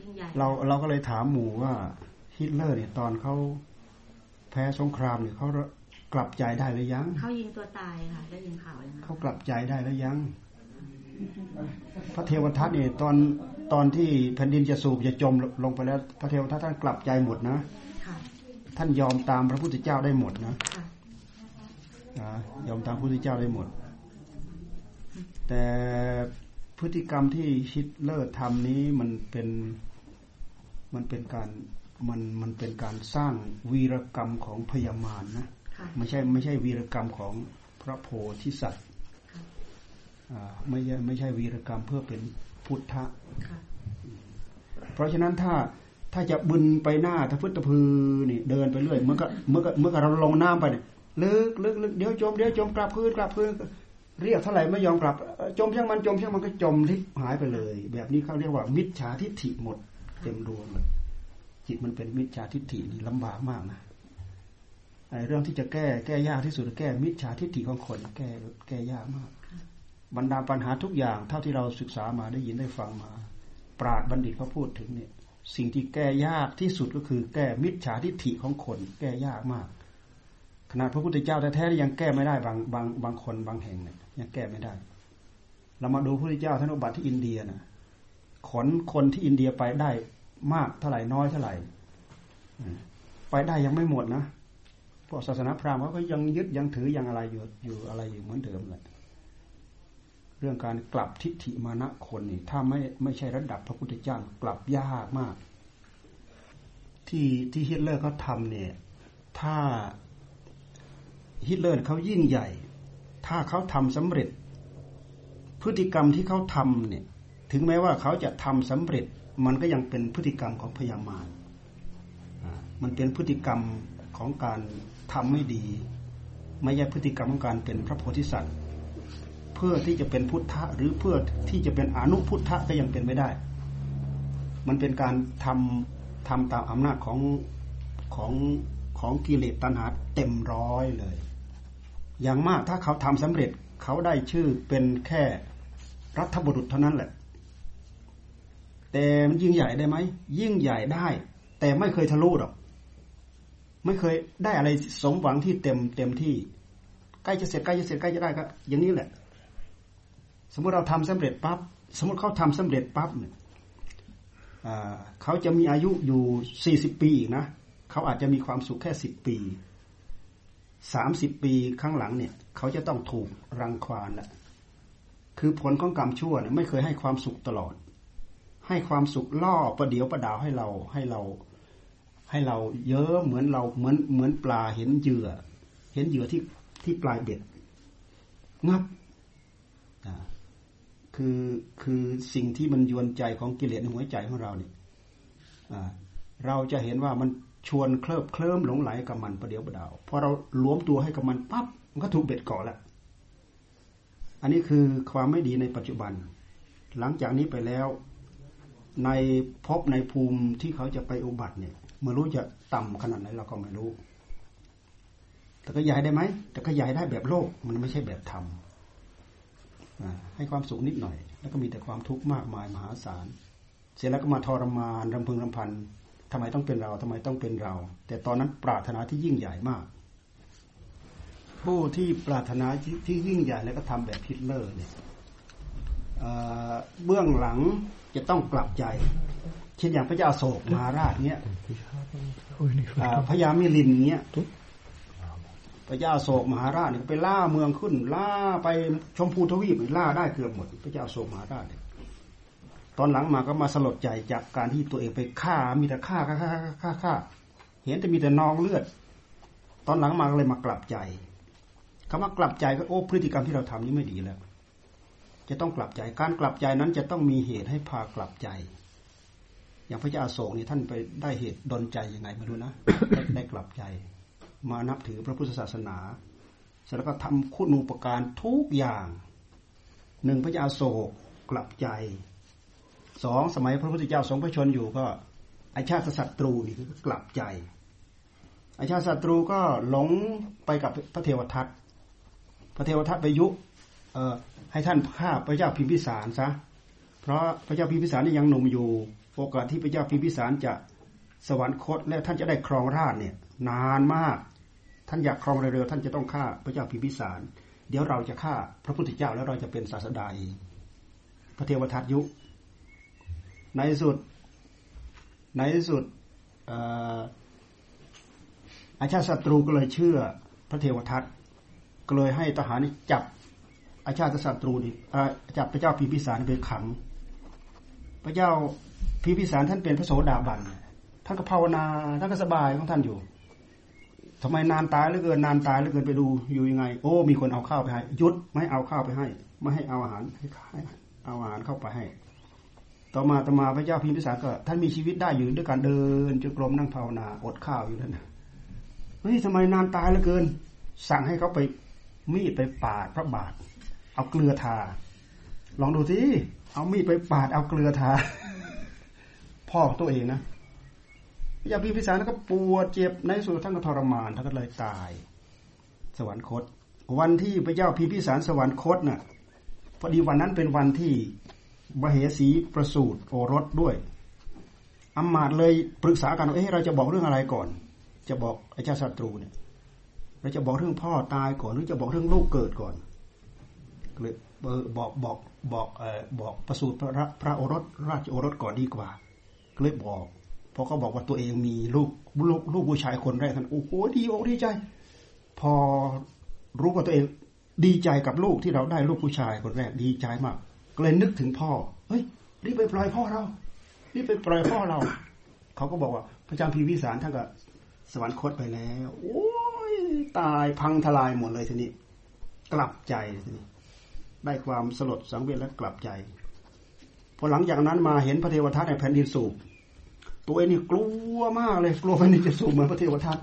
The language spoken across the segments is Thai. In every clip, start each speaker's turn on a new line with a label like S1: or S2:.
S1: ยิ่งใหญ่
S2: เราก็เลยถามหมู่ว่าฮิตเลอร์เนี่ยตอนเขาแพ้สงครามเนี่ยเขากลับใจได้หรือยัง
S1: เขายิงตัวตายค่ะได้ยินข่าวเลยนะ
S2: เขากลับใจได้หรือยังพระเทวทัตเนี่ยตอนที่แผ่นดินจะสูบจะจมลงไปแล้วพระเทวทัตท่านกลับใจหมดนะท่านยอมตามพระพุทธเจ้าได้หมดนะยอมตามพระพุทธเจ้าได้หมดแต่พฤติกรรมที่ฮิตเลอร์ทำนี้มันเป็นการสร้างวีรกรรมของพญามารนะไม่ใช่วีรกรรมของพระโพธิสัตว์ไม่ใช่วีรกรรมเพื่อเป็นพุทธะเพราะฉะนั้นถ้าจะบึนไปหน้าถ้าพุทธพือนี่เดินไปเรื่อยเมื่อเราลงน้ำไปเนี่ยลึกเดี๋ยวจมกลับพื้นเรียกเท่าไหร่ไม่ยอมกลับจมช่างมันก็จมทิพหายไปเลยแบบนี้เขาเรียกว่ามิจฉาทิฏฐิหมดเต็มดวงเลยจิตมันเป็นมิจฉาทิฏฐินี่ลำบากมากนะไอ้เรื่องที่จะแก้ยากที่สุดแก้มิจฉาทิฏฐิของคนแก้ยากมากบรรดาปัญหาทุกอย่างเท่าที่เราศึกษามาได้ยินได้ฟังมาปราชญ์บัณฑิตเขาพูดถึงเนี่ยสิ่งที่แก้ยากที่สุดก็คือแก้มิจฉาทิฏฐิของคนแก้ยากมากขนาดพระพุทธเจ้าแท้ๆยังแก้ไม่ได้บางคนบางแห่งเนี่ยยังแก้ไม่ได้เรามาดูพระพุทธเจ้าท่านอุบัติที่อินเดียนะขนคนที่อินเดียไปได้มากเท่าไหร่น้อยเท่าไหร่ไปได้ยังไม่หมดนะพวกศาสนาพราหมณ์เขาก็ยังยึดยังถือยังอะไรอยู่อะไรอยู่เหมือนเดิมแหละเรื่องการกลับทิฏฐิมานะคนนี่ถ้าไม่ใช่ระดับพระพุทธเจ้ากลับยากมากที่ฮิตเลอร์เขาทำเนี่ยถ้าฮิตเลอร์เขายิ่งใหญ่ถ้าเขาทำสำเร็จพฤติกรรมที่เขาทำเนี่ยถึงแม้ว่าเขาจะทำสำเร็จมันก็ยังเป็นพฤติกรรมของพญามารมันเป็นพฤติกรรมของการทำไม่ดีไม่ใช่พฤติกรรมของการเป็นพระโพธิสัตว์เพื่อที่จะเป็นพุทธะหรือเพื่อที่จะเป็นอนุพุทธะก็ยังเป็นไม่ได้มันเป็นการทำตามอำนาจของกิเลสตัณหาเต็มร้อยเลยอย่างมากถ้าเขาทำสำเร็จเขาได้ชื่อเป็นแค่รัฐบุรุษเท่านั้นแหละแต่มันยิ่งใหญ่ได้ไหมยิ่งใหญ่ได้แต่ไม่เคยทะลุหรอกไม่เคยได้อะไรสมหวังที่เต็มที่ใกล้จะเสร็จใกล้จะได้ก็อย่างนี้แหละสมมติเราทำสำเร็จปั๊บสมมติเขาทำสำเร็จปั๊บเนี่ยเขาจะมีอายุอยู่40ปีอีกนะเขาอาจจะมีความสุขแค่10ปี30ปีข้างหลังเนี่ยเขาจะต้องถูกรังควานแหละคือผลของกรรมชั่วเนี่ยไม่เคยให้ความสุขตลอดให้ความสุขล่อประเดี๋ยวประดาวให้เราเยอะเหมือนปลาเห็นเหยื่อที่ปลายเบ็ดงับคือสิ่งที่มันยวนใจของกิเลสในหัวใจของเราเนี่ยเราจะเห็นว่ามันชวนเคลิ้มหลงไหลกับมันประเดี๋ยวประดาวพอเราล้มตัวให้กับมันปั๊บมันก็ถูกเบ็ดเกาะแล้วอันนี้คือความไม่ดีในปัจจุบันหลังจากนี้ไปแล้วในภพในภูมิที่เขาจะไปอุบัติเนี่ยไม่รู้จะต่ำขนาดไหนเราก็ไม่รู้แต่ก็ย้ายได้ไหมแต่ก็ย้ายได้แบบโลกมันไม่ใช่แบบธรรมให้ความสุขนิดหน่อยแล้วก็มีแต่ความทุกข์มากมายมหาศาลเสร็จแล้วก็มาทรมานรำพึงรำพันทำไมต้องเป็นเราทำไมต้องเป็นเราแต่ตอนนั้นปรารถนาที่ยิ่งใหญ่มากผู้ที่ปรารถนาที่ยิ่งใหญ่แล้วก็ทำแบบฮิตเลอร์เนี่ยเบื้องหลังจะต้องกลับใจเช่นอย่างพระเจ้าโศกมหาราชเนี้ยพญามิลินเนี้ยพระเจ้าโศกมหาราชเนี่ยไปล่าเมืองขึ้นล่าไปชมพูทวีปล่าได้เกือบหมดพระเจ้าโศกมหาราชตอนหลังมาก็มาสลดใจจากการที่ตัวเองไปฆ่ามีแต่ฆ่าเห็นแต่มีแต่นองเลือดตอนหลังมาก็เลยมากลับใจคำว่ากลับใจก็พฤติกรรมที่เราทำนี้ไม่ดีแล้วจะต้องกลับใจการกลับใจนั้นจะต้องมีเหตุให้พากลับใจอย่างพระเจ้าอโศกนี่ท่านไปได้เหตุดลใจยังไงไม่รู้นะ ได้กลับใจมานับถือพระพุทธศาสนาเสร็จแล้วก็ทำคุณูปการทุกอย่างหนึ่งพระเจ้าอโศกกลับใจสองสมัยพระพุทธเจ้าทรงพระชนอยู่ก็อาชาติศัตรูนี่ก็กลับใจอาชาติศัตรูก็หลงไปกับพระเทวทัตไปยุให้ท่านฆ่าพระเจ้าพิมพิสารซะเพราะพระเจ้าพิมพิสารนี่ยังหนุ่มอยู่โอกาสที่พระเจ้าพิมพิสารจะสวรรคตและท่านจะได้ครองราชย์เนี่ยนานมากท่านอยากครองเร็วๆท่านจะต้องฆ่าพระเจ้าพิมพิสารเดี๋ยวเราจะฆ่าพระพุทธเจ้าแล้วเราจะเป็นศาสดาเองพระเทวทัตยุในที่สุดอาชาติศัตรูก็เลยเชื่อพระเทวทัตก็เลยให้ทหารจับอาชาติศัตรูนี่จับพระเจ้าพิมพิสารไปขังพระเจ้าพิมพิสารท่านเป็นพระโสดาบันท่านก็ภาวนาท่านก็สบายของท่านอยู่ทำไมนานตายเหลือเกินนานตายเหลือเกินไปดูอยู่ยังไงโอ้มีคนเอาข้าวไปให้หยุดไม่เอาข้าวไปให้ไม่ให้เอาอาหารให้เอาอาหารเข้าไปให้ต่อมาพระเจ้าพิมพิสารก็ท่านมีชีวิตได้อยู่ด้วยการเดินจงกรมนั่งภาวนาอดข้าวอยู่นั่นนะเฮ้ยทำไมนานตายเหลือเกินสั่งให้เขาไปมีดไปปาดพระบาทเอาเกลือทาลองดูสิเอามีดไปปาดเอาเกลือทาพ่อตัวเองนะพระเจ้าพิมพิสารก็ปวดเจ็บในสุดท่านก็ทรมานท่านก็เลยตายสวรรคตวันที่พระเจ้าพิมพิสารสวรรคตน่ะพอดีวันนั้นเป็นวันที่มเหสีประสูติโอรสด้วยอำมาตย์เลยปรึกษากันว่าเราจะบอกเรื่องอะไรก่อนจะบอกอาชาติศัตรูเนี่ยเราจะบอกเรื่องพ่อตายก่อนหรือจะบอกเรื่องลูกเกิดก่อนเลยบอกประสูติพระโอรสราชโอรสก่อนดีกว่าก็เลยบอกพอเขาบอกว่าตัวเองมีลูกผู้ชายคนแรกท่านโอ้โหดีอกดีใจพอรู้ว่าตัวเองดีใจกับลูกที่เราได้ลูกผู้ชายคนแรกดีใจมากก็เลยนึกถึงพ่อเฮ้ยรีบไปปล่อยพ่อเรารีบไปปล่อยพ่อเราเขาก็บอกว่าพระเจ้าพิมพิสารท่านก็สวรรคตไปแล้วโอ้ยตายพังทลายหมดเลยทีนี้กลับใจทีนี้ได้ความสลดสังเวชและกลับใจพอหลังจากนั้นมาเห็นพระเทวทัตในแผ่นดินสูบตัวเองนี่กลัวมากเลยกลัวแผ่นดินจะสูบเหมือนพระเทวทัต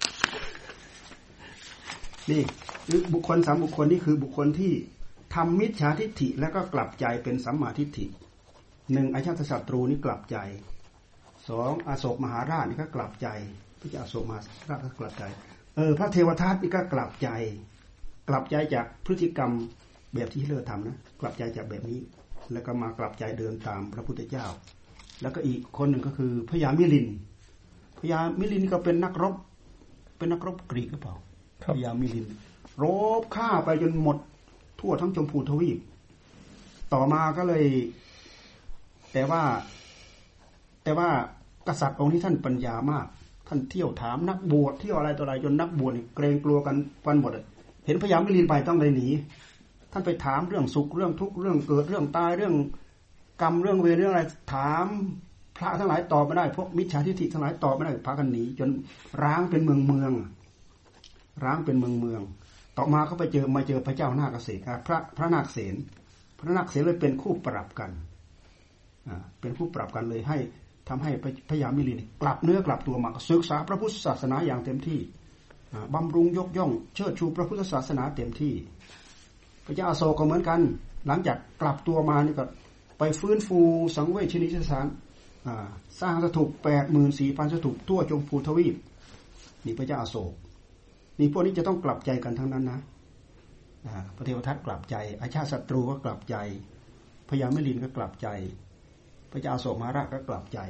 S2: นี่บุคคล3บุคคลนี่คือบุคคลที่ทำมิจฉาทิฏฐิแล้วก็กลับใจเป็นสัมมาทิฏฐิ1อาชาติศัตรูนี่กลับใจ2อโศกมหาราชนี่ก็กลับใจพระเจ้าอโศกมหาราชก็กลับใจพระเทวทัตนี่ก็กลับใจจากพฤติกรรมแบบที่ฮิตเลอร์ทำนะกลับใจจากแบบนี้แล้วก็มากลับใจเดินตามพระพุทธเจ้าแล้วก็อีกคนหนึ่งก็คือพญามิลินนี่ก็เป็นนักรบกรีกหรือเปล่าพญามิลินรบฆ่าไปจนหมดทั่วทั้งชมพูทวีปต่อมาก็เลยแต่ว่ากษัตริย์องค์นี้ท่านปัญญามากท่านเที่ยวถามนักบวชเที่ยวอะไรต่ออะไรจนนักบวชเกรงกลัวกันหมดเห็นพญามิลินไปต้องเลยหนีท่านไปถามเรื่องสุขเรื่องทุกข์เรื่องเกิดเรื่องตายเรื่องกรรมเรื่องเวรเรื่องอะไรถามพระทั้งหลายตอบไม่ได้พวกมิจฉาทิฏฐิทั้งหลายตอบไม่ได้พากันหนีจนร้างเป็นเมืองต่อมาเขาไปเจอพระเจ้านาคเสนพระนาคเสนเลยเป็นคู่ปรับกันเป็นคู่ปรับกันเลยให้ทำให้พญามิลินกลับเนื้อกลับตัวมาศึกษาพระพุทธศาสนาอย่างเต็มที่บำรุงยกย่องเชิดชูพระพุทธศาสนาเต็มที่พระเจ้าอโศกก็เหมือนกันหลังจากกลับตัวมานี่ก็ไปฟื้นฟูสังเวชนิสสารสร้างสถูป 84,000 สถูปทั่วชมพูทวีปนี่พระเจ้าอโศกนี่พวกนี้จะต้องกลับใจกันทั้งนั้นนะพระเทวทัตกลับใจอาชาติศัตรูก็กลับใจพญามิลินก็กลับใจพระเจ้าอโศกมหาราชก็กลับใจ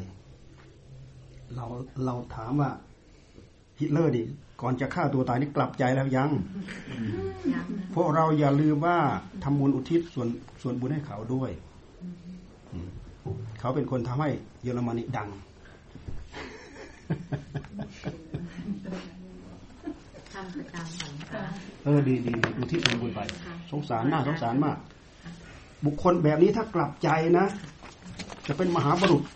S2: เราถามว่าฮิตเลอร์ดิก่อนจะฆ่าตัวตายนี่กลับใจแล้วยังพวกเราอย่าลืมว่าทำบุญอุทิศส่วนบุญให้เขาด้วยเขาเป็นคนทำให้เยอรมนีดัง
S1: ทำประจำ
S2: ดีอุทิศส่วนบุญไปสงสารน่าสงสารมากบุคคลแบบนี้ถ้ากลับใจนะจะเป็นมหาบุรุษ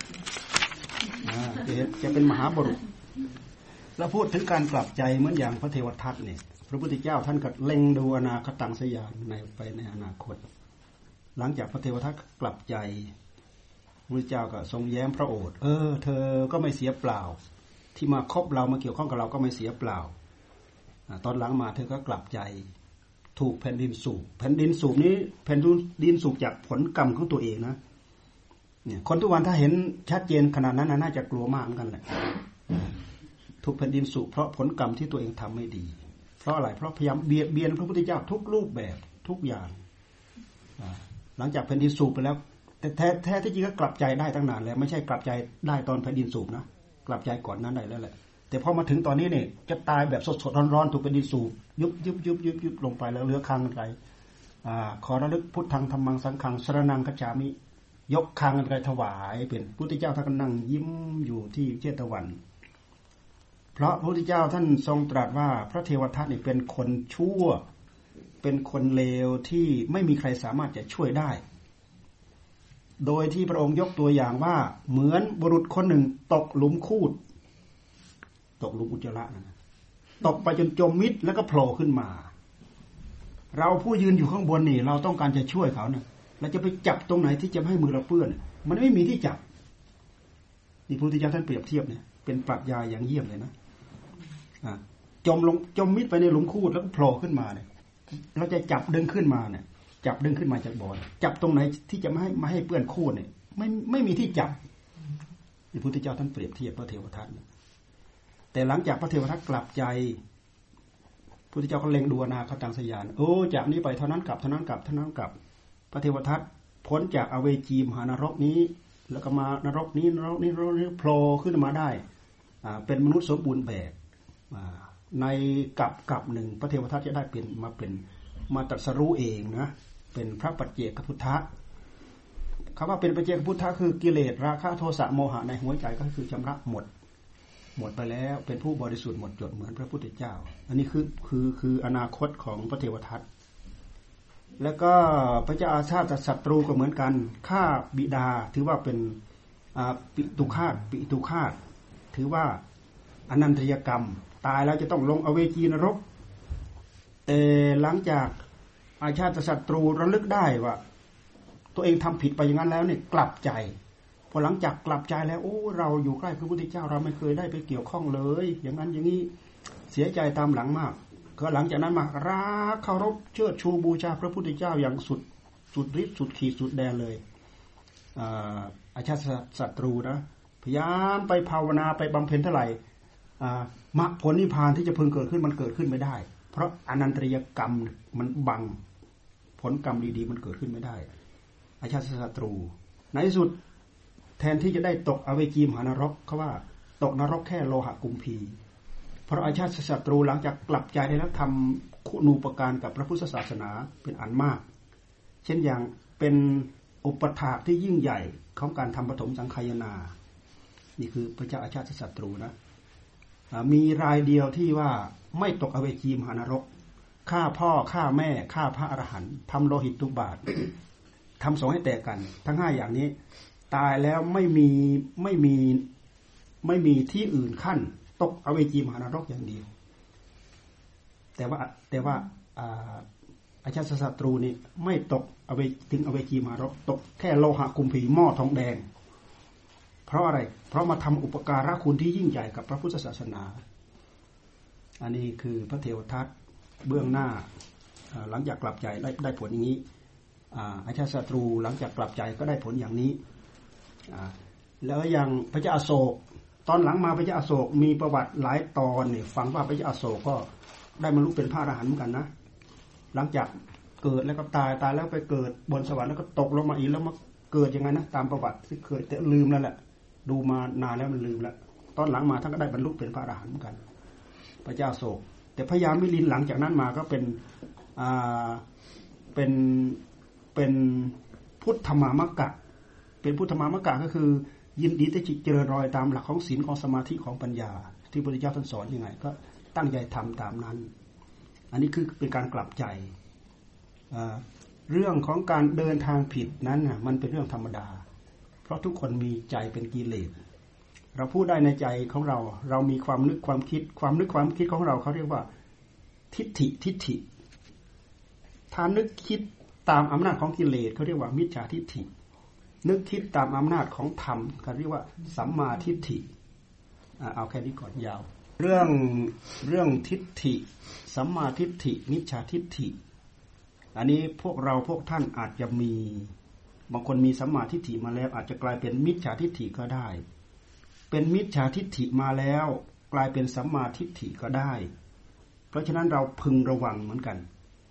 S2: จะเป็นมหาบุรุษแล้วพูดถึงการกลับใจเหมือนอย่างพระเทวทัตเนี่ยพระพุทธเจ้าท่านก็เล็งดูอนาคตังสยานในอนาคตหลังจากพระเทวทัตกลับใจพระพุทธเจ้าก็ทรงแย้มพระโอษฐ์เธอก็ไม่เสียเปล่าที่มาคบเรามาเกี่ยวข้องกับเราก็ไม่เสียเปล่าตอนหลังมาเธอก็กลับใจถูกแผ่นดินสูบนี้แผ่นดินสูบจากผลกรรมของตัวเองนะเนี่ยคนทุกวันถ้าเห็นชัดเจนขนาดนั้นน่าจะกลัวมากเหมือนกันแหละถูกแผ่นดินสูบเพราะผลกรรมที่ตัวเองทำไม่ดีเพราะอะไรเพราะพยายามเบียดเบียนพระพุทธเจ้าทุกรูปแบบทุกอย่างหลังจากแผ่นดินสูบไปแล้วแต่แท้ที่จริงก็กลับใจได้ตั้งนานแล้วไม่ใช่กลับใจได้ตอนแผ่นดินสูบนะกลับใจก่อนนั้นได้แล้วแหละแต่พอมาถึงตอนนี้เนี่ยจะตายแบบสดๆร้อนๆถูกแผ่นดินสูบยุบลงไปแล้วเหลือคางอะไรขอระลึกพุทธังธัมมังสังฆังสรณังคัจฉามิยกคางอะไรถวายเป็นพุทธเจ้าท่านก็นั่งยิ้มอยู่ที่เชตวันเพราะพระพุทธเจ้าท่านทรงตรัสว่าพระเทวทัตนี่เป็นคนชั่วเป็นคนเลวที่ไม่มีใครสามารถจะช่วยได้โดยที่พระองค์ยกตัวอย่างว่าเหมือนบุรุษคนหนึ่งตกหลุมคูดตกหลุมอุจจาระนะตกไปจนจมมิดแล้วก็โผล่ขึ้นมาเราผู้ยืนอยู่ข้างบนนี่เราต้องการจะช่วยเขาเนี่ยเราจะไปจับตรงไหนที่จะไม่ให้มือเราเปื้อนมันไม่มีที่จับนี่พระพุทธเจ้าท่านเปรียบเทียบเนี่ยเป็นปรัชญาอย่างเยี่ยมเลยนะจมมิดไปในหลุมคูดแล้วก็โผล่ขึ้นมาเนี่ยเราจะจับดึงขึ้นมาเนี่ยจับดึงขึ้นมาจากบ่อจับตรงไหนที่จะไม่ให้เปื้อนคูดเนี่ยไม่มีที่จับนี่พระพุทธเจ้าท่านเปรียบเทียบพระเทวทัตแต่หลังจากพระเทวทัตกลับใจพระพุทธเจ้าก็เล็งดูอนาคตังสยานจากนี้ไปเท่านั้นกลับเท่านั้นกลับเท่านั้นกลับพระเทวทัตพ้นจากอเวจีมหานรกนี้แล้วก็มานรกนี้โผล่ขึ้นมาได้เป็นมนุษย์สมบูรณ์แบบในกับหนึ่งพระเทวทัตจะได้มาตรัสรู้เองนะเป็นพระปัจเจกพุทธะคำว่าเป็นปัจเจกพุทธะคือกิเลสราคะโทสะโมหะในหัวใจก็คือชำระหมดไปแล้วเป็นผู้บริสุทธิ์หมดจดเหมือนพระพุทธเจ้าอันนี้คืออนาคตของพระเทวทัตแล้วก็พระเจ้าอาชาติศัตรูก็เหมือนกันฆ่าบิดาถือว่าเป็นปิตุฆาตถือว่าอนันตริยกรรมตายแล้วจะต้องลงอเวจีนรกแต่หลังจากอาชาติศัตรูระลึกได้ว่าตัวเองทำผิดไปอย่างนั้นแล้วเนี่ยกลับใจพอหลังจากกลับใจแล้วเราอยู่ใกล้พระพุทธเจ้าเราไม่เคยได้ไปเกี่ยวข้องเลยอย่างนั้นอย่างนี้เสียใจตามหลังมากก็หลังจากนั้นมารักเคารพเชิดชูบูชาพระพุทธเจ้าอย่างสุดฤทธิ์สุดขีดสุดแดนเลยอาชาติศัตรูนะพยายามไปภาวนาไปบำเพ็ญเท่าไหร่มรรคผลนิพพานที่จะพึงเกิดขึ้นมันเกิดขึ้นไม่ได้เพราะอนันตริยกรรมมันบังผลกรรมดีๆมันเกิดขึ้นไม่ได้อาชาติศัตรูในที่สุดแทนที่จะได้ตกอเวจีมหานรกเขาว่าตกนรกแค่โลหะกุมพีเพราะอาชาติศัตรูหลังจากกลับใจได้แล้วทำคุณูปการกับพระพุทธศาสนาเป็นอันมากเช่นอย่างเป็นอุปถากที่ยิ่งใหญ่ของการทำปฐมสังฆายนานี่คือพระเจ้าอาชาติศัตรูนะมีรายเดียวที่ว่าไม่ตกอเวจีมหานรกฆ่าพ่อฆ่าแม่ฆ่าพระอรหันต์ทำโลหิตตุบาททำสงให้แตกกันทั้ง5อย่างนี้ตายแล้วไม่มีที่อื่นขั้นตกอเวจีมหานรกอย่างเดียวแต่ว่าอาชาติศัตรูนี่ไม่ตกถึงอเวจีมหานรกตกแค่โลหะกุมพีหม้อทองแดงเพราะอะไรเพราะมาทำอุปการะคุณที่ยิ่งใหญ่กับพระพุทธศาสนาอันนี้คือพระเทวทัตเบื้องหน้าหลังจากกลับใจได้ผลอย่างนี้อาชาติศัตรูหลังจากกลับใจก็ได้ผลอย่างนี้แล้วอย่างพระเจ้าอโศกตอนหลังมาพระเจ้าอโศกมีประวัติหลายตอนเนี่ยฟังว่าพระเจ้าอโศกก็ได้บรรลุเป็นพระอรหันต์เหมือนกันนะหลังจากเกิดแล้วก็ตายแล้วไปเกิดบนสวรรค์แล้วก็ตกลงมาอีกแล้วมาเกิดยังไงนะตามประวัติที่เคยแต่ลืมแล้วแหละดูมานานแล้วมันลืมแล้วตอนหลังมาท่านก็ได้บรรลุเป็นพระอรหันต์เหมือนกันพระเจ้าอโศกแต่พญามิลินหลังจากนั้นมาก็เป็นพุทธมามกะเป็นพุทธมามกะก็คือยินดีที่จิตเจริญรอยตามหลักของศีลของสมาธิของปัญญาที่พระพุทธเจ้าท่านสอนยังไงก็ตั้งใจทำตามนั้นอันนี้คือเป็นการกลับใจเรื่องของการเดินทางผิดนั้นมันเป็นเรื่องธรรมดาเพราะทุกคนมีใจเป็นกิเลสเราพูดได้ในใจของเรามีความนึกความคิดของเราเขาเรียกว่าทิฏฐิถ้านึกคิดตามอำนาจของกิเลสเขาเรียกว่ามิจฉาทิฏฐินึกคิดตามอำนาจของธรรมเขาเรียกว่าสัมมาทิฏฐิเอาแค่นี้ก่อนยาวเรื่องทิฏฐิสัมมาทิฏฐิมิจฉาทิฏฐิอันนี้พวกท่านอาจจะมีบางคนมีสัมมาทิฏฐิมาแล้วอาจจะกลายเป็นมิจฉาทิฏฐิก็ได้เป็นมิจฉาทิฏฐิมาแล้วกลายเป็นสัมมาทิฏฐิก็ได้เพราะฉะนั้นเราพึงระวังเหมือนกัน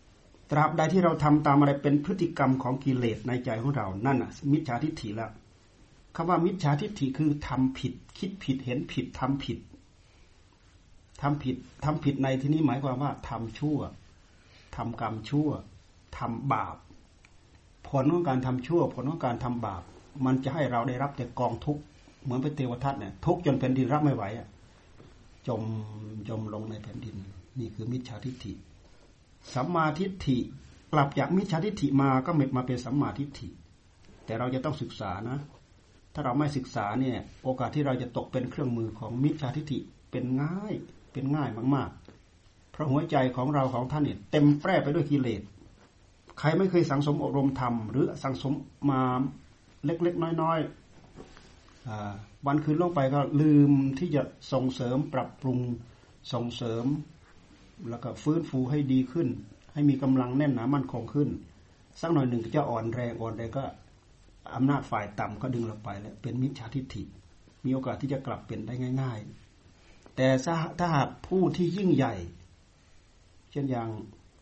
S2: ตราบใดที่เราทำตามอะไรเป็นพฤติกรรมของกิเลสในใจของเรานั่นน่ะมิจฉาทิฏฐิแล้วคำว่ามิจฉาทิฏฐิคือทำผิดคิดผิดเห็นผิดทำผิดทำผิดในที่นี้หมายความว่าทำชั่วทำกรรมชั่วทำบาปผลของการทำชั่วผลของการทำบาปมันจะให้เราได้รับแต่กองทุกข์เหมือนไปเทวทัตเนี่ยทุกข์จนแผ่นดินรับไม่ไหวจมลงในแผ่นดินนี่คือมิจฉาทิฏฐิสัมมาทิฏฐิกลับจากมิจฉาทิฏฐิมาก็มาเป็นสัมมาทิฏฐิแต่เราจะต้องศึกษานะถ้าเราไม่ศึกษาเนี่ยโอกาสที่เราจะตกเป็นเครื่องมือของมิจฉาทิฏฐิเป็นง่ายมากๆเพราะหัวใจของเราของท่านเนี่ยเต็มแปร่ไปด้วยกิเลสใครไม่เคยสังสมอบรมธรรมหรือสังสมมาเล็กๆน้อยๆวันคืนล่วงไปก็ลืมที่จะส่งเสริมปรับปรุงส่งเสริมแล้วก็ฟื้นฟูให้ดีขึ้นให้มีกำลังแน่นหนามั่นคงขึ้นสักหน่อยหนึ่งจะอ่อนแรงก็อำนาจฝ่ายต่ำก็ดึงเราไปแล้วเป็นมิจฉาทิฏฐิมีโอกาสที่จะกลับเป็นได้ง่ายๆแต่ถ้าหากผู้ที่ยิ่งใหญ่เช่นอย่าง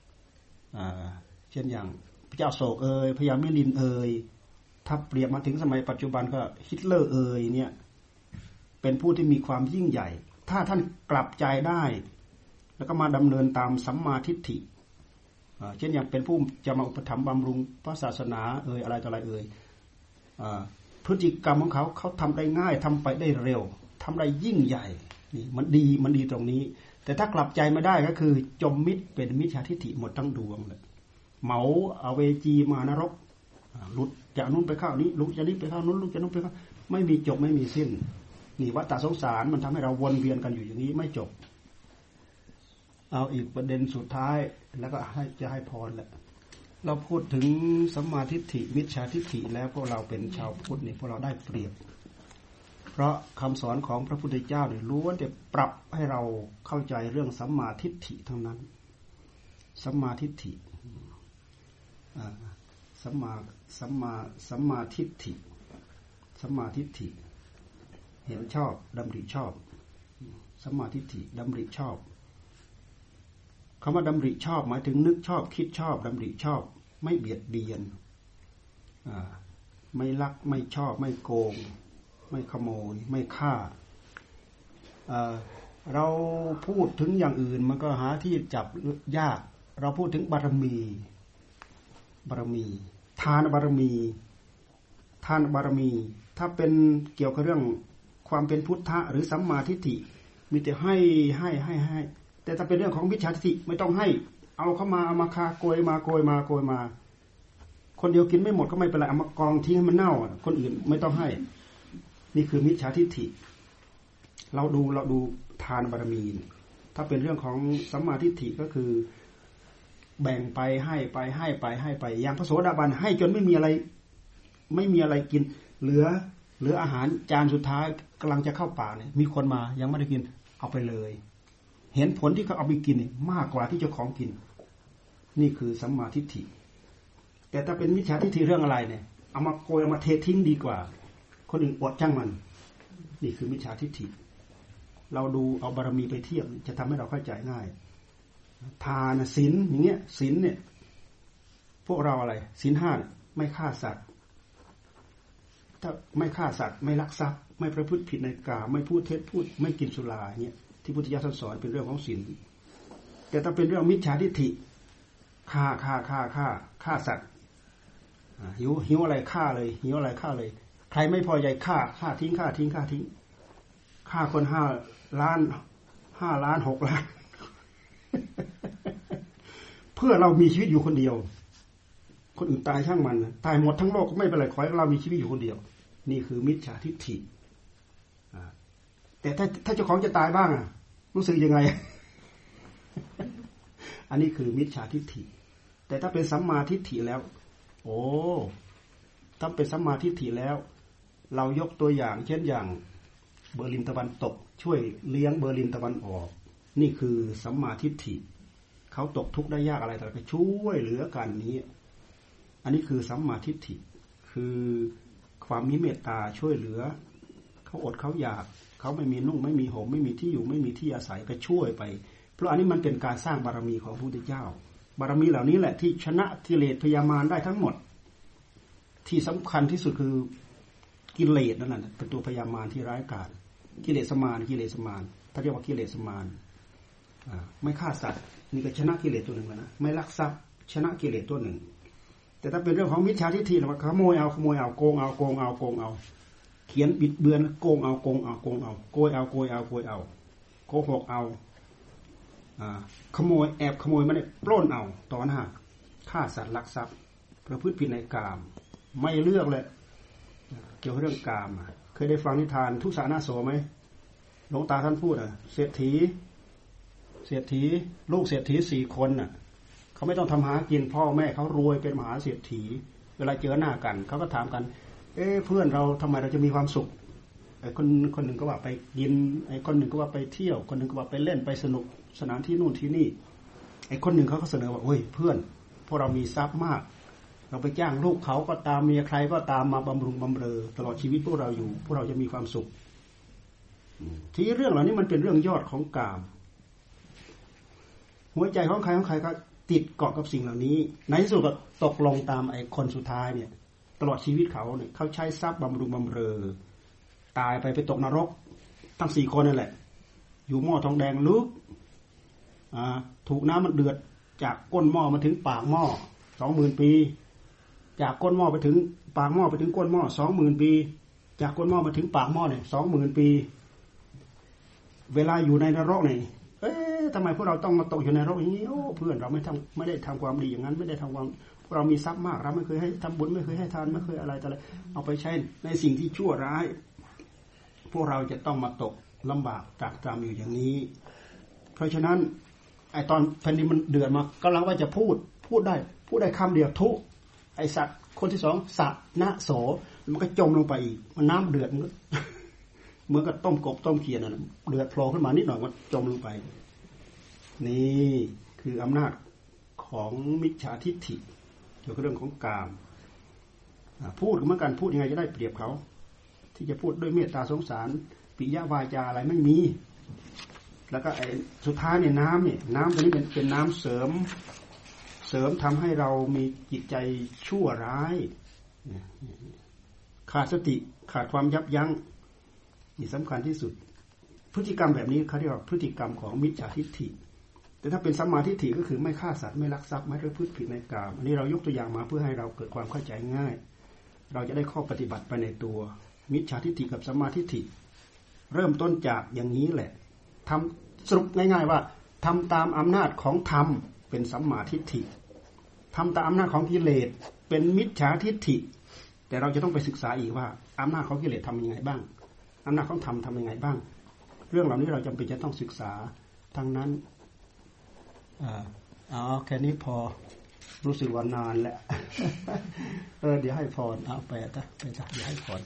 S2: พระเจ้าโศกพญามิลินถ้าเปรียบมาถึงสมัยปัจจุบันก็ฮิตเลอร์เนี่ยเป็นผู้ที่มีความยิ่งใหญ่ถ้าท่านกลับใจได้แล้วก็มาดำเนินตามสัมมาทิฏฐิเช่นอย่างเป็นผู้จะมาอุปถัมภ์บำรุงพระศาสนาอะไรต่ออะไรพฤติกรรมของเขาทำได้ง่ายทำไปได้เร็วทำได้ยิ่งใหญ่นี่มันดีตรงนี้แต่ถ้ากลับใจไม่ได้ก็คือจมมิดเป็นมิจฉาทิฏฐิหมดทั้งดวงเลยเหมาอเวจีมานรกหลุดจากนู้นไปเข้านี้ลุกจากนี้ไปเข้านู้นลุกจากนู้นไปเข้าไม่มีจบไม่มีสิ้นนี่วัฏสงสารมันทำให้เราวนเวียนกันอยู่อย่างนี้ไม่จบเอาอีกประเด็นสุดท้ายแล้วก็จะให้พรแหละเราพูดถึงสัมมาทิฏฐิมิจฉาทิฏฐิแล้วพวกเราเป็นชาวพุทธนี่พวกเราได้เปรียบเพราะคำสอนของพระพุทธเจ้าเนี่ยล้วนแต่ปรับให้เราเข้าใจเรื่องสัมมาทิฏฐิทั้งนั้นสัมมาทิฏฐิสัมมาทิฏฐิสัมมาทิฏฐิเห็นชอบดำริชอบสัมมาทิฏฐิดำริชอบคำว่าดำริชอบหมายถึงนึกชอบคิดชอบดำริชอบไม่เบียดเบียนไม่ลักไม่ชอบไม่โกงไม่ขโมยไม่ฆ่าเราพูดถึงอย่างอื่นมันก็หาที่จับยากเราพูดถึงบารมีทานบารมีถ้าเป็นเกี่ยวกับเรื่องความเป็นพุทธะหรือสัมมาทิฏฐิมีแต่ให้แต่ถ้าเป็นเรื่องของมิจฉาทิฏฐิไม่ต้องให้เอาเข้ามาเอามาคาโกยมาคนเดียวกินไม่หมดก็ไม่เป็นไรเอามากองทิ้งให้มันเน่าคนอื่นไม่ต้องให้นี่คือมิจฉาทิฏฐิเราดูทานบารมีถ้าเป็นเรื่องของสัมมาทิฏฐิก็คือแบ่งไปให้ไปอย่างพระโสดาบันให้จนไม่มีอะไรกินเหลืออาหารจานสุดท้ายกำลังจะเข้าป่าเนี่ยมีคนมายังไม่ได้กินเอาไปเลยเห็นผลที่เขาเอาไปกินมากกว่าที่เจ้าของกินนี่คือสัมมาทิฏฐิแต่ถ้าเป็นมิจฉาทิฏฐิเรื่องอะไรเนี่ยเอามาโกยเอามาเททิ้งดีกว่าคนอื่นอดช่างมันนี่คือมิจฉาทิฏฐิเราดูเอาบารมีไปเทียบจะทำให้เราเข้าใจง่ายทานศีลอย่างเงี้ยศีลเนี่ยพวกเราอะไรศีล5ไม่ฆ่าสัตว์ถ้าไม่ฆ่าสัตว์ไม่ลักทรัพย์ไม่ประพฤติผิดในกามไม่พูดเท็จพูดไม่กินสุราเนี่ยที่พุทธเจ้าสอนเป็นเรื่องของศีลแต่ถ้าเป็นเรื่องมิจฉาทิฏฐิฆ่าสัตว์หิวอะไรฆ่าเลยหิวอะไรฆ่าเลยใครไม่พอใจฆ่าทิ้งฆ่าคน5 ล้าน6 ล้านเพื่อเรามีชีวิตอยู่คนเดียวคนอื่นตายช่างมันตายหมดทั้งโลกก็ไม่เป็นไรขอให้เรามีชีวิตอยู่คนเดียวนี่คือมิจฉาทิฏฐิแต่ถ้าเจ้าของจะตายบ้างรู้สึกยังไง อันนี้คือมิจฉาทิฏฐิแต่ถ้าเป็นสัมมาทิฏฐิแล้วถ้าเป็นสัมมาทิฏฐิแล้วเรายกตัวอย่างเช่นอย่างเบอร์ลินตะวันตกช่วยเลี้ยงเบอร์ลินตะวันออกนี่คือสัมมาทิฏฐิเขาตกทุกข์ได้ยากอะไรแต่ก็ช่วยเหลือกันนี้อันนี้คือสัมมาทิฏฐิคือความมีเมตตาช่วยเหลือเขาอดเขาอยากเขาไม่มีนุ่งไม่มีห่มไม่มีที่อยู่ไม่มีที่อาศัยก็ช่วยไปเพราะอันนี้มันเป็นการสร้างบารมีของพระพุทธเจ้าบารมีเหล่านี้แหละที่ชนะกิเลสพยามารได้ทั้งหมดที่สำคัญที่สุดคือกิเลสนั่นแหละเป็นตัวพยามารที่ร้ายกาจกิเลสมารถ้าเรียกว่ากิเลสมารไม่ฆ่าสัตว์นี่ก็ชนะกิเลสตัวหนึ่งแล้วนะไม่ลักทรัพย์ชนะกิเลสตัวหนึ่งแต่ถ้าเป็นเรื่องของมิจฉาทิฏฐิว่าขโมยเอาโกงเอาเขียนบิดเบือนโกงเอาโกยเอาโกหกเอาขโมยแอบขโมยมันเนี่ยปล้นเอาต่อหน้าฆ่าสัตว์ลักทรัพย์ประพฤติผิดในกามไม่เลือกเลยเกี่ยวกับเรื่องกามเคยได้ฟังนิทานทุสานาโสไหมหลวงตาท่านพูดเศรษฐีลูกเศรษฐี4 คนน่ะเขาไม่ต้องทำหากินพ่อแม่เขารวยเป็นมหาเศรษฐีเวลาเจอหน้ากันเขาก็ถามกันเพื่อนเราทำไมเราจะมีความสุขไอ้คนหนึ่งก็ว่าไปกินไอ้คนหนึ่งก็ว่าไปเที่ยวคนหนึ่งก็ว่าไปเล่นไปสนุกสนานที่นู่นที่นี่ไอ้คนหนึ่งเขาก็เสนอว่าเฮ้ยเพื่อนพวกเรามีทรัพย์มากเราไปจ้างลูกเขาก็ตามเมียใครก็ตามมาบำรุงบำเรอตลอดชีวิตพวกเราอยู่พวกเราจะมีความสุขทีเรื่องเหล่านี้มันเป็นเรื่องยอดของกามหัวใจของใครก็ติดเกาะกับสิ่งเหล่านี้ในที่สุดก็ตกลงตามไอ้คนสุดท้ายเนี่ยตลอดชีวิตเขาเนี่ยเขาใช้ทรัพย์บำรุงบำเรอตายไปตกนรกทั้ง4 คนนั่นแหละอยู่หม้อทองแดงลึกถูกน้ำมันเดือดจากก้นหม้อมาถึงปากหม้อ 20,000 ปีจากก้นหม้อไปถึงปากหม้อไปถึงก้นหม้อ 20,000 ปีจากก้นหม้อมาถึงปากหม้อเนี่ย 20,000 ปีเวลาอยู่ในนรกนี่ทำไมพวกเราต้องมาตกอยู่ในนรกอย่างนี้โอ้เพื่อนเราไม่ได้ทำความดีอย่างนั้นไม่ได้ทำความพวกเรามีทรัพย์มากเราไม่เคยให้ทำบุญไม่เคยให้ทานไม่เคยอะไรแต่ละเอาไปใช้ในสิ่งที่ชั่วร้ายพวกเราจะต้องมาตกลำบากตรากตรำอยู่อย่างนี้เพราะฉะนั้นไอตอนแผ่นดินมันเดือดมากำลังว่าจะพูดได้คำเดียวทุไอสัตว์คนที่2สัตนะโสมันก็จมลงไปอีกมันน้ำเดือดมันก็เหมือนกับต้มกบต้มเขียดน่ะเดือดโผล่ขึ้นมานิดหน่อยมันจมลงไปนี่คืออำนาจของมิจฉาทิฏฐิเกี่ยวกับเรื่องของกามพูดเหมือนกันพูดยังไงจะได้เปรียบเขาที่จะพูดด้วยเมตตาสงสารปิยวาจาอะไรไม่มีแล้วก็ไอ้สุดท้ายเนี่ยน้ำตัวนี้เป็นน้ำเสริมทำให้เรามีจิตใจชั่วร้ายขาดสติขาดความยับยั้งนี่สำคัญที่สุดพฤติกรรมแบบนี้เขาเรียกว่าพฤติกรรมของมิจฉาทิฏฐิแต่ถ้าเป็นสัมมาทิฏฐิก็คือไม่ฆ่าสัตว์ไม่ลักทรัพย์ไม่ประพฤติผิดในกามอันนี้เรายกตัวอย่างมาเพื่อให้เราเกิดความเข้าใจง่ายเราจะได้ข้อปฏิบัติไปในตัวมิจฉาทิฏฐิกับสัมมาทิฏฐิเริ่มต้นจากอย่างนี้แหละทำสรุปง่ายๆว่าทำตามอำนาจของธรรมเป็นสัมมาทิฏฐิทำตามอำนาจของกิเลสเป็นมิจฉาทิฏฐิแต่เราจะต้องไปศึกษาอีกว่าอำนาจของกิเลสทำยังไงบ้างอำนาจของธรรมทำยังไงบ้างเรื่องเหล่านี้เราจำเป็นจะต้องศึกษาทั้งนั้นแค่นี้พอรู้สึกว่านานแล้ว เดี๋ยวให้พรเอาไปจ้ะเดี๋ยวให้พร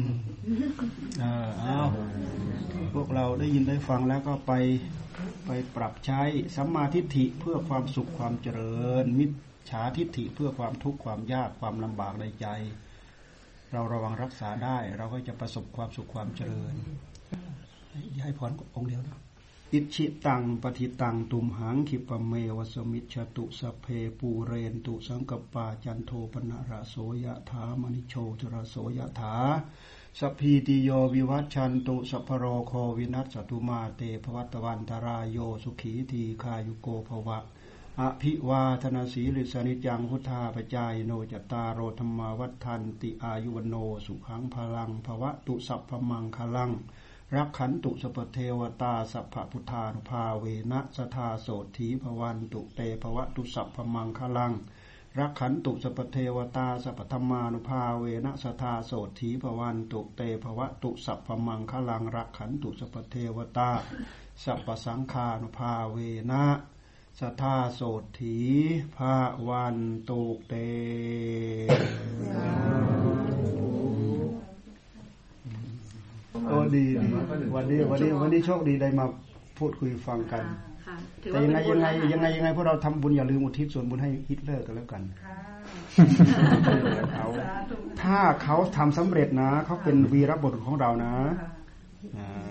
S2: พวกเราได้ยินได้ฟังแล้วก็ไปปรับใช้สัมมาทิฏฐิเพื่อความสุขความเจริญมิจฉาทิฏฐิเพื่อความทุกข์ความยากความลำบากในใจเราระวังรักษาได้เราก็จะประสบความสุขความเจริญให้พรองค์เดียวนะอิชิตังปฏิตังตุมหังคิปเมวสมิจฉตุสัพเพปูเรนตุสังกปาจันโทปนะระโสยถามณิโชติระโสยถาสัพพีติโยวิวัชชันตุสัพพโรโควินัสสตุมาเตภวัตวันตรายโยสุขีทีคายุโกภวะอภิวาทนาสีลิสานิจังพุทธาปจายโนจตารโรธรรมวัฏทันติอายุวโนสุขังพลังภวะตุสัพพมังคลังรักขันตุสัพเทวตาสัพพพุทธานุภาเวนะสทาโสถีภวันตุเตภวะตุสัพพมังคลังรักขันตุสัพเทวตาสัพพธรรมานุภาเวนะสทาโสถีภวันตุเตภวะตุสัพพมังคลังรักขันตุสัพเทวตาสัพพสังฆานุภาเวนะสทาโสถีภวันตุเตดีวันนี้โชคดีได้มาพูดคุยฟังกันแต่ยังไงพวกเราทำบุญอย่าลืมอุทิศส่วนบุญให้ฮิตเลอร์กันแล้วกันถ้าเขาทำสำเร็จนะเขาเป็นวีรบุรุษของเรานะ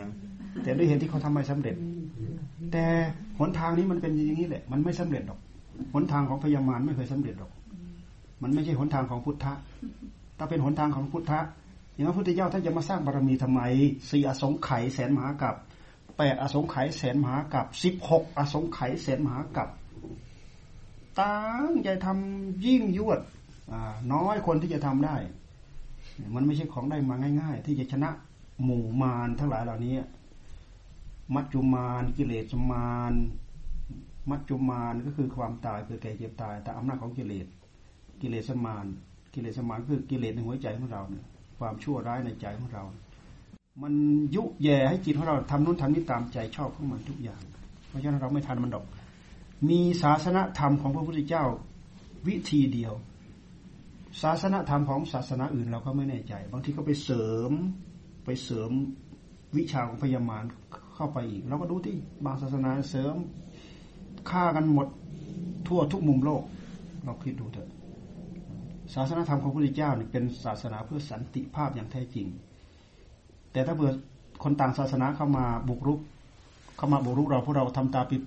S2: แต่ด้วยเหตุที่เขาทำไม่สำเร็จแต่หนทางนี้มันเป็นอย่างนี้แหละมันไม่สำเร็จหรอกหนทางของพญามารไม่เคยสำเร็จหรอกมันไม่ใช่หนทางของพุทธะถ้าเป็นหนทางของพุทธะอย่างพระพุทธเจ้าท่านจะมาสร้างบารมีทำไม4อสงไขยแสนมหากัป8อสงไขยแสนมหากัป16อสงไขยแสนมหากัปตั้งใจทำยิ่งยวดน้อยคนที่จะทำได้มันไม่ใช่ของได้มาง่ายๆที่จะชนะหมู่มารทั้งหลายเหล่านี้มัจจุมารกิเลสมารมัจจุมารก็คือความตายเกิดแก่เจ็บตายแต่อำนาจของกิเลสกิเลสมารคือกิเลสในหัวใจของเราเนี่ยความชั่วร้ายในใจของเรามันยุแย่ให้จิตของเราทำนู้นทำนี้ตามใจชอบของมันทุกอย่างเพราะฉะนั้นเราไม่ทันมันดอกมีศาสนธรรมของพระพุทธเจ้าวิธีเดียวศาสนธรรมของศาสนาอื่นเราก็ไม่แน่ใจบางทีก็ไปเสริมวิชาของพญามารเข้าไปอีกเราก็ดูที่บางศาสนาเสริมฆ่ากันหมดทั่วทุกมุมโลกเราคิดดูเถอะศาสนธรรมของพระพุทธเจ้านี่เป็นศาสนาเพื่อสันติภาพอย่างแท้จริงแต่ถ้าเผื่อคนต่างศาสนาเข้ามาบุกรุกเราพวกเราทำตาปิด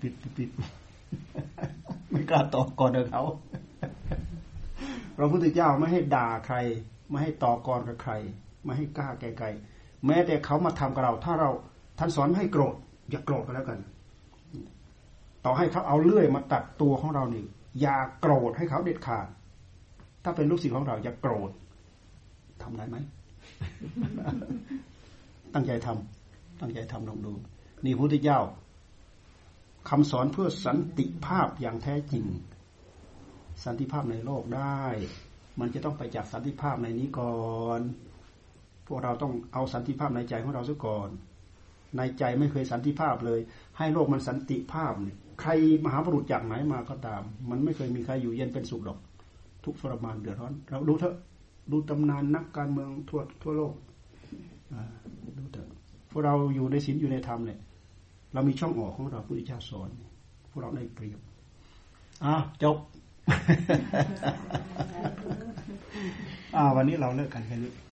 S2: ไม่กล้าต่อกรกับเขาพระพุทธเจ้าไม่ให้ด่าใครไม่ให้ต่อกรกับใครไม่ให้กล้าแก่ไกลแม้แต่เขามาทำกับเราถ้าเราท่านสอนไม่ให้โกรธอย่าโกรธกันแล้วกันต่อให้เขาเอาเลื่อยมาตัดตัวของเรานี่อย่าโกรธให้เขาเด็ดขาดถ้าเป็นลูกศิษย์ของเราอย่าโกรธทำได้ไหม ตั้งใจทำลองดูนี่พระพุทธเจ้าคำสอนเพื่อสันติภาพอย่างแท้จริงสันติภาพในโลกได้มันจะต้องไปจากสันติภาพในนี้ก่อนพวกเราต้องเอาสันติภาพในใจของเราซะก่อนในใจไม่เคยสันติภาพเลยให้โลกมันสันติภาพเนี่ยใครมหาบุรุษจากไหนมาก็ตามมันไม่เคยมีใครอยู่เย็นเป็นสุขหรอกทุกทรมานเดือดร้อนเราดูเถอะดูตำนานนักการเมืองทั่วโลกดูเถอะพวกเราอยู่ในศีลอยู่ในธรรมเนี่ยเรามีช่องออกของเราพุทธเจ้าสอนพวกเราได้เปรียบจบ วันนี้เราเลิกกันแค่นี้